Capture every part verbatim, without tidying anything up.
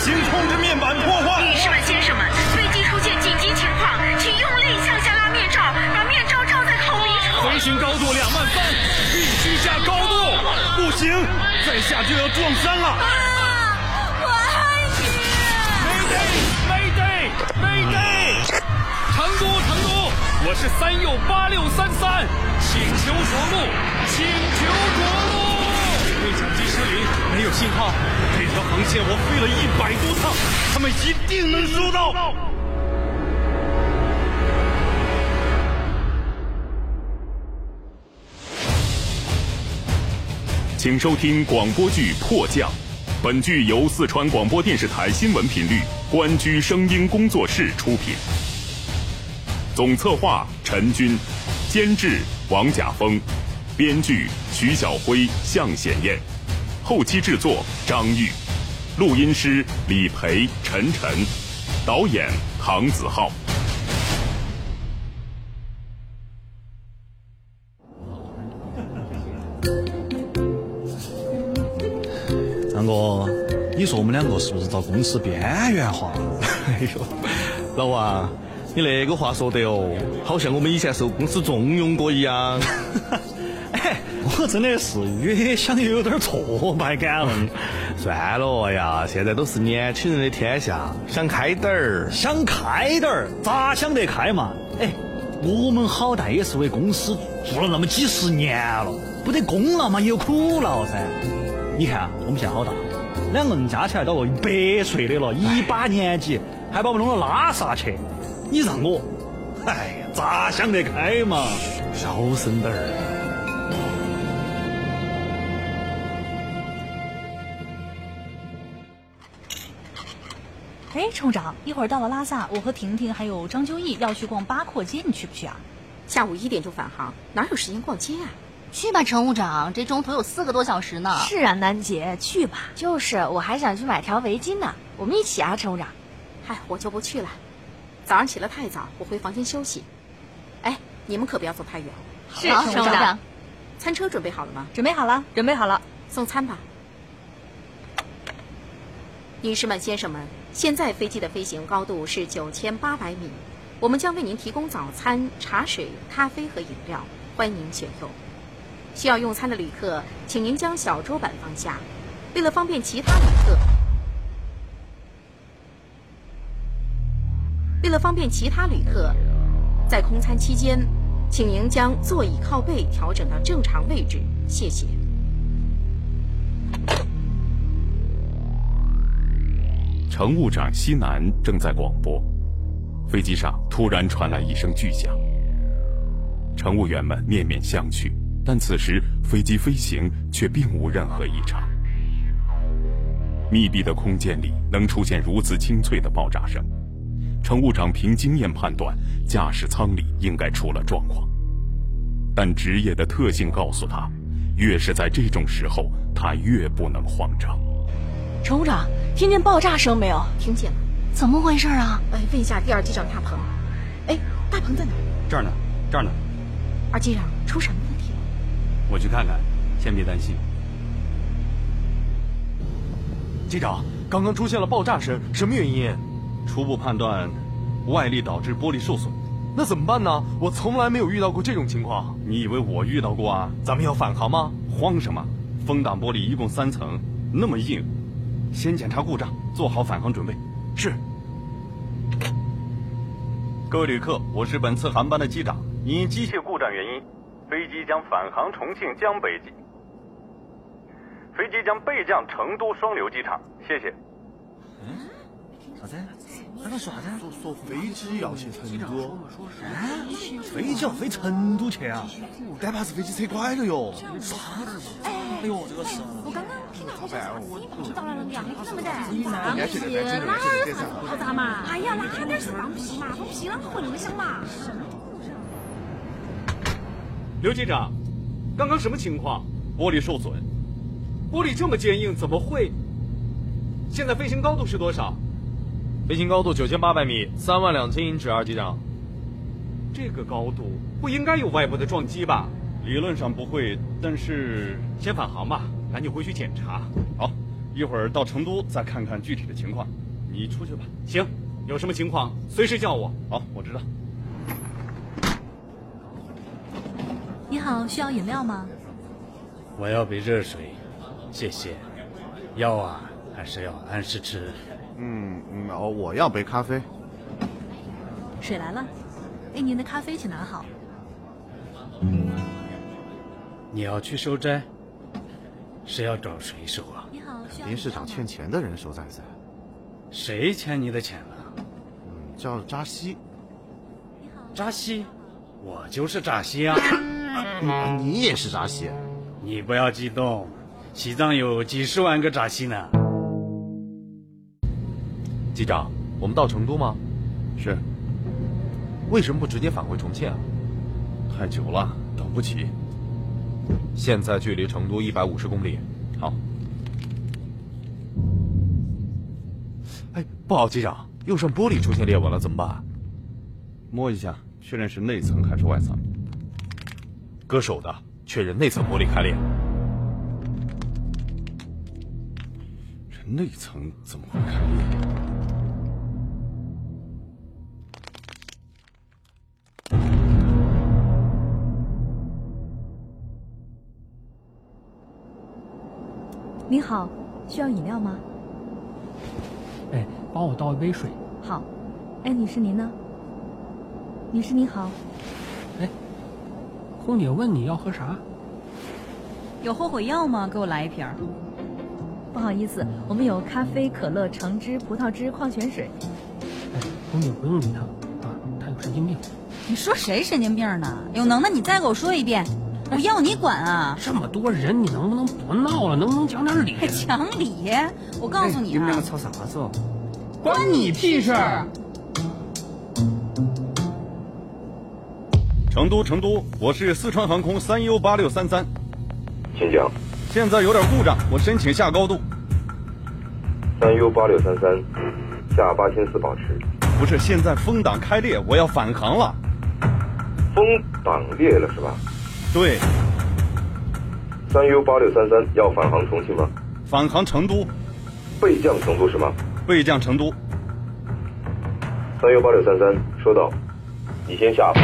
行控制面板破坏。 女士们、先生们，飞机出现紧急情况，请用力向下拉面罩，把面罩罩在透明处。 飞行高度两万三，必须下高度。不行，再下就要撞山了。 啊！我爱你 ！Mayday！Mayday！Mayday！ 成都，成都，我是三右八六三三，请求着陆，请求着陆。对讲机失灵，没有信号。这条航线我飞了一百多趟，他们一定能收到。 请收听广播剧《迫降》，本剧由四川广播电视台新闻频率关居声音工作室出品。总策划陈军，监制王甲峰，编剧徐小辉、向显燕，后期制作张玉，录音师李培、陈晨，导演唐子浩。 张哥，你说我们两个是不是遭公司边缘化了？ 哎呦，老王，你那个话说得哦，好像我们以前受公司重用过一样。 哎，我真的是越想越有点挫败感了。 算了呀，现在都是年轻人的天下，想开点儿， 想开点儿，咋想得开嘛？哎，我们好歹也是为公司做了那么几十年了，不得功劳嘛也有苦劳噻。你看我们现在好大，两个人加起来到了一百岁的了，一把年纪还把我们弄到拉萨去，你让我，哎呀，咋想得开嘛？ 小声点儿。 哎，冲长，一会儿到了拉萨，我和婷婷还有张秋义要去逛八廓街，你去不去啊？ 下午一点就返航，哪有时间逛街啊？ 去吧，乘务长，这中途有四个多小时呢。 是啊，楠姐，去吧。 就是，我还想去买条围巾呢。我们一起啊，乘务长。 嗨，我就不去了。早上起得太早，我回房间休息。哎，你们可不要走太远。 是，乘务长。 餐车准备好了吗？ 准备好了，准备好了。 送餐吧。女士们、先生们，现在飞机的飞行高度是九千八百米，我们将为您提供早餐、茶水、咖啡和饮料，欢迎您选用。需要用餐的旅客，请您将小桌板放下。为了方便其他旅客，为了方便其他旅客，在空餐期间，请您将座椅靠背调整到正常位置，谢谢。 乘务长西南正在广播，飞机上突然传来一声巨响，乘务员们面面相觑。但此时飞机飞行却并无任何异常。密闭的空间里能出现如此清脆的爆炸声，乘务长凭经验判断驾驶舱里应该出了状况，但职业的特性告诉他，越是在这种时候他越不能慌张。 乘务长，听见爆炸声没有？ 听见了。 怎么回事啊？ 哎，问一下第二机长大鹏。哎，大鹏在哪？ 这儿呢，这儿呢。 二机长，出什么问题了？ 我去看看，先别担心。机长，刚刚出现了爆炸声，什么原因？初步判断，外力导致玻璃受损。那怎么办呢？我从来没有遇到过这种情况。你以为我遇到过啊？咱们要返航吗？慌什么？风挡玻璃一共三层，那么硬。先检查故障，做好返航准备。是。各位旅客，我是本次航班的机长，因机械故障原因，飞机将返航重庆江北机，飞机将备降成都双流机场，谢谢。 嗯，啥子？他们说啥子？ 说说飞机要去成都， 啊？飞机要飞成都去啊？ 但怕是飞机车拐了哟。 啥？哎呦，这个是。 我刚刚听到好像是听到了两个怎么的？ 放屁！ 哪有放爆炸嘛？哎呀，哪点是放屁嘛？放屁啷个混响嘛？ 刘机长，刚刚什么情况？玻璃受损。玻璃这么坚硬，怎么会？现在飞行高度是多少？ 飞行高度九千八百米，三万两千英尺，二机长。 这个高度不应该有外部的撞击吧？ 理论上不会，但是先返航吧，赶紧回去检查。 好， 一会儿到成都再看看具体的情况。你出去吧。 行，有什么情况随时叫我。 好，我知道。 你好，需要饮料吗？ 我要杯热水，谢谢。药啊，还是要按时吃。 嗯嗯，哦，我要杯咖啡。 水来了，哎，您的咖啡请拿好。 你要去收债？是要找谁收啊？ 你好，需要林市长欠钱的人所在在。 谁欠你的钱了？ 嗯，叫扎西。 扎西，我就是扎西啊。 嗯，你也是扎西。 你不要激动，西藏有几十万个扎西呢。 机长，我们到成都吗？ 是。 为什么不直接返回重庆啊？太久了，等不起。现在距离成都一百五十公里。好。哎，不好，机长，右上玻璃出现裂纹了，怎么办？摸一下，确认是内层还是外层。割手的，确认内层玻璃开裂。这内层怎么会开裂？ 您好，需要饮料吗？ 哎，帮我倒一杯水。 好。哎，女士您呢？女士您好。 哎，红姐问你要喝啥？ 有后悔药吗？给我来一瓶。 不好意思，我们有咖啡、可乐、橙汁、葡萄汁、矿泉水。 哎，红姐不用理他啊，他有神经病。 你说谁神经病呢？有能耐你再给我说一遍。我要你管啊！ 这么多人，你能不能不闹了？能不能讲点理？ 讲理！我告诉你啊， 你们两个吵啥子哦？ 关你屁事儿！ 成都，成都，我是四川航空三 U 八六三三， 请讲。 现在有点故障，我申请下高度。 三 U 八六三三，下八千四保持。 不是，现在风挡开裂，我要返航了。 风挡裂了是吧？ 对。 三 U 八六三三要返航重庆吗？ 返航成都。 备降成都是吗？ 备降成都。 三 U 八六三三收到，你先下。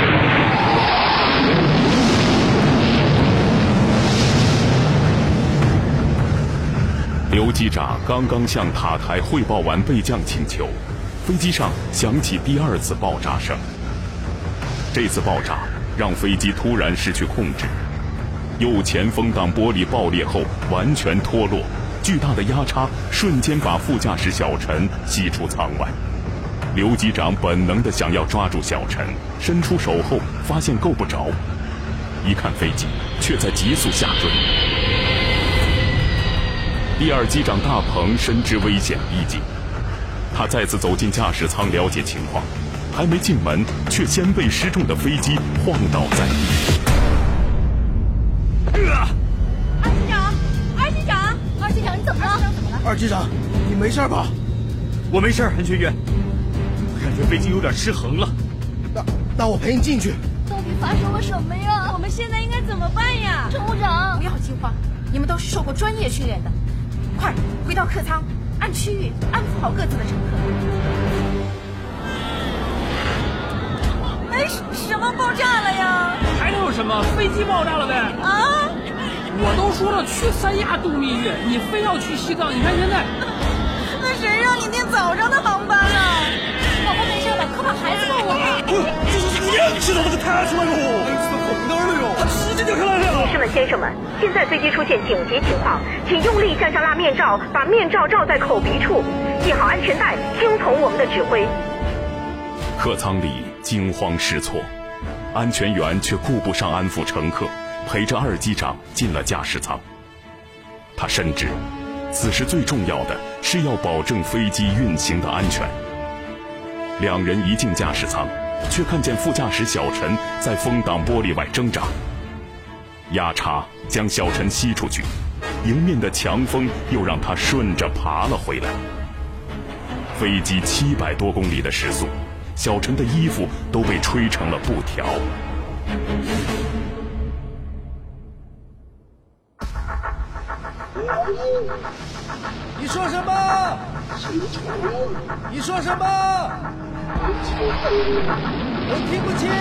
刘机长刚刚向塔台汇报完备降请求，飞机上响起第二次爆炸声。这次爆炸让飞机突然失去控制，右前风挡玻璃爆裂后完全脱落，巨大的压差瞬间把副驾驶小陈吸出舱外。刘机长本能地想要抓住小陈，伸出手后发现够不着，一看飞机却在急速下坠。第二机长大鹏深知危险逼近，他再次走进驾驶舱了解情况，还没进门，却先被失重的飞机晃倒在地。 二机长，二机长，二机长，你怎么了？怎么了？ 二机长，你没事吧？ 我没事，安全员。我感觉飞机有点失衡了。 那那我陪你进去。 到底发生了什么呀？我们现在应该怎么办呀？乘务长， 不要惊慌，你们都是受过专业训练的。快回到客舱，按区域安抚好各自的乘客。 哎，什么爆炸了呀？ 还能有什么？飞机爆炸了呗！ 啊！ 我都说了去三亚度蜜月，你非要去西藏，你看现在。 那谁让你订早上的航班啊？ 宝宝没事吧？快把孩子抱我吧！ 这是这个氧气怎么给弹出来了？ 从哪儿了哟？ 他直接就下来了。 女士们、先生们，现在飞机出现紧急情况，请用力向下拉面罩，把面罩罩在口鼻处，系好安全带，听从我们的指挥。 客舱里惊慌失措，安全员却顾不上安抚乘客，陪着二机长进了驾驶舱。他深知，此时最重要的是要保证飞机运行的安全。两人一进驾驶舱，却看见副驾驶小陈在风挡玻璃外挣扎，压差将小陈吸出去，迎面的强风又让他顺着爬了回来。飞机七百多公里的时速，小陈的衣服都被吹成了布条。 你说什么？你说什么？我听不清。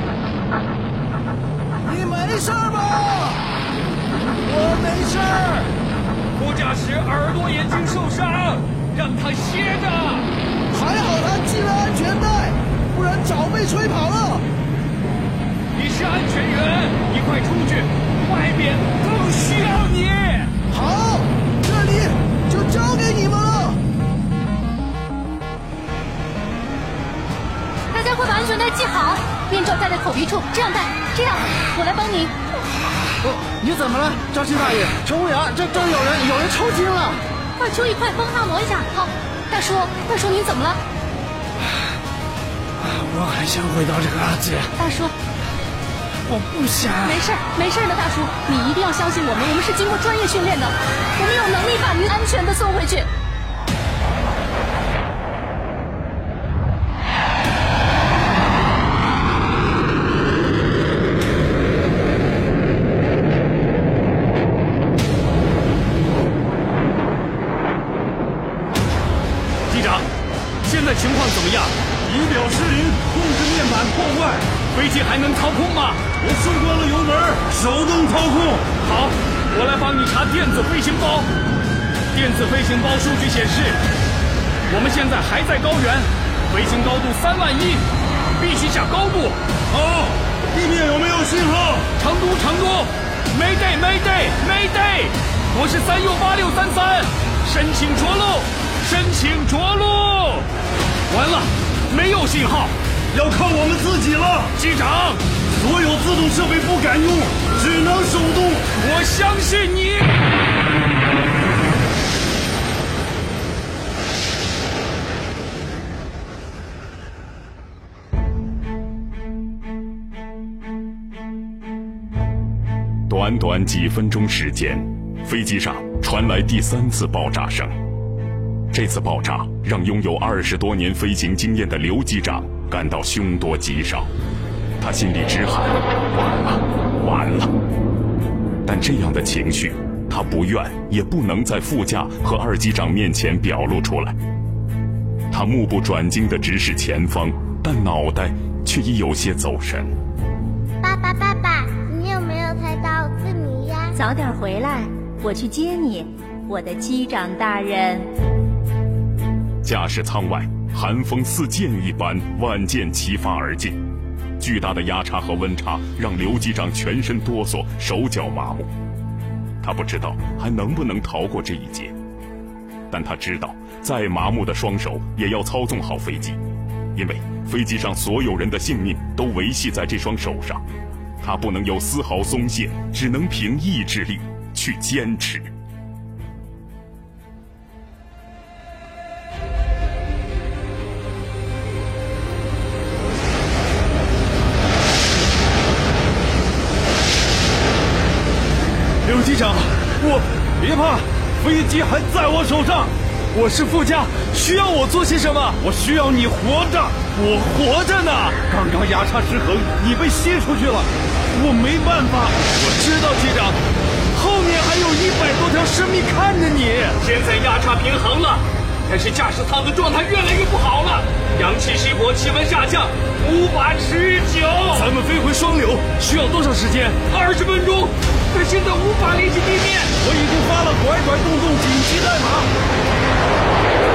你没事吧？我没事。 副驾驶耳朵眼睛受伤，让他歇着。 还好他系了安全带，不然早被吹跑了。 你是安全员，你快出去，外面更需要你。 好，这里就交给你们了。 大家快把安全带系好，面罩戴在口鼻处，这样戴，这样，我来帮你。 哦，你怎么了，张鑫大爷？乘务员，这这有人有人抽筋了。 快，秋意，快帮他挪一下。好，大叔，大叔您怎么了？ 我还想回到这个阿姐。 大叔， 我不想。 没事没事的，大叔，你一定要相信我们，我们是经过专业训练的，我们有能力把您安全的送回去。 情况怎么样？ 仪表失灵，控制面板破坏， 飞机还能操控吗？ 我松关了油门，手动操控。 好，我来帮你查电子飞行包。电子飞行包数据显示，我们现在还在高原，飞行高度三万一，必须下高度。 好，地面有没有信号？ 成都，成都 ，Mayday Mayday Mayday， 我是三右八六三三，申请着陆，申请着陆。完了，没有信号， 要靠我们自己了。 机长， 所有自动设备不敢用，只能手动。 我相信你。 短短几分钟时间，飞机上传来第三次爆炸声。这次爆炸让拥有二十多年飞行经验的刘机长感到凶多吉少，他心里直喊：完了，完了！但这样的情绪，他不愿也不能在副驾和二机长面前表露出来。他目不转睛地直视前方，但脑袋却已有些走神。 爸爸，爸爸，你有没有猜到字谜呀？ 早点回来，我去接你，我的机长大人。 驾驶舱外，寒风似箭一般，万箭齐发而进。巨大的压差和温差让刘机长全身哆嗦，手脚麻木。他不知道还能不能逃过这一劫，但他知道，再麻木的双手也要操纵好飞机，因为飞机上所有人的性命都维系在这双手上。他不能有丝毫松懈，只能凭意志力去坚持。 刘机长，我别怕，飞机还在我手上，我是副驾，需要我做些什么？我需要你活着，我活着呢。刚刚压差失衡，你被吸出去了，我没办法。我知道机长，后面还有一百多条生命看着你。 现在压差平衡了，但是驾驶舱的状态越来越不好了，氧气熄火，气温下降，无法持久。 咱们飞回双流需要多少时间？ 二十分钟。但现在无法联系地面， 我已经发了拐拐动动紧急代码。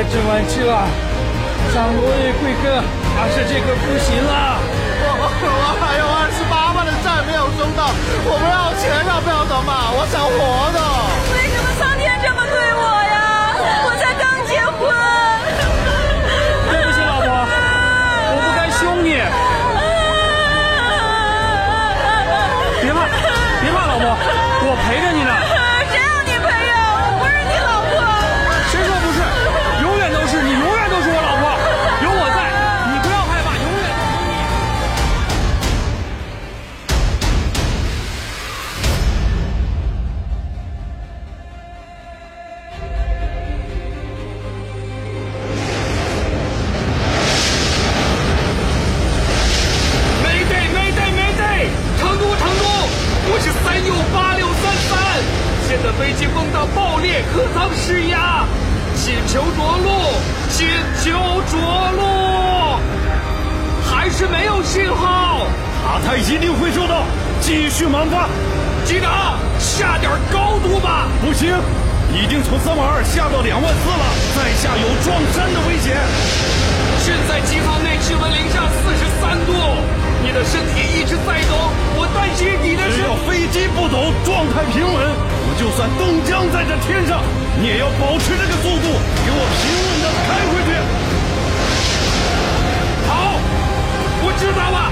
这完这，张罗的贵哥，还是这个不行了。 我我还有二十八万的债没有收到，我们要钱要不要走嘛？我想活的。 为什么苍天这么对我呀？我才刚结婚。 对不起，老婆，我不该凶你。别怕，别怕，老婆，我陪着你呢。 谁让你陪呀？我不是你老婆。 谁说不是？永远都是你，永远都是我老婆。有我在，你不要害怕，永远都是你。没得，没得，没得！成都，成都！我是三右八六三三，现在飞机风大爆裂，客舱失压，请求着陆，请求着陆，还是没有信号。 塔台一定会收到，继续满发。 机长，下点高度吧。 不行，已经从三万二下到两万四了，在下有撞山的危险。 现在机舱内气温零下四十三度，你的身体一直在抖，我担心你的身。 只要飞机不抖，状态平稳，我就算冻僵在这天上，你也要保持这个速度，给我平稳的开回去。 好，我知道了。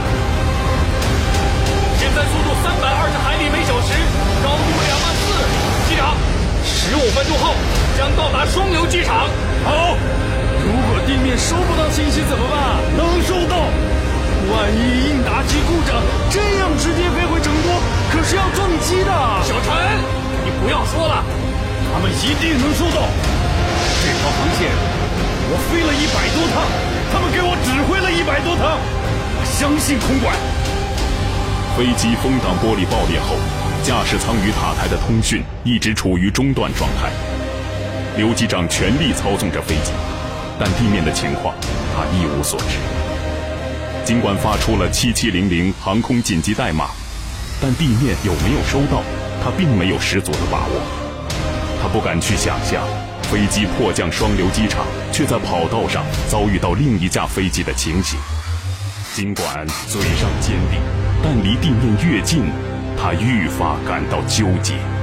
现在速度三百二十海里每小时，高度两万四。机长，十五分钟后将到达双流机场。 好。 如果地面收不到信息怎么办？ 能收到。 万一应答机故障，这样直接飞回成都，可是要撞击的。小陈，你不要说了， 他们一定能收到。这条航线我飞了一百多趟，他们给我指挥了一百多趟，我相信空管。 飞机风挡玻璃爆裂后，驾驶舱与塔台的通讯一直处于中断状态。刘机长全力操纵着飞机，但地面的情况他一无所知。尽管发出了七七零零航空紧急代码，但地面有没有收到，他并没有十足的把握。他不敢去想象，飞机迫降双流机场，却在跑道上遭遇到另一架飞机的情形。尽管嘴上坚定，但离地面越近，他愈发感到纠结。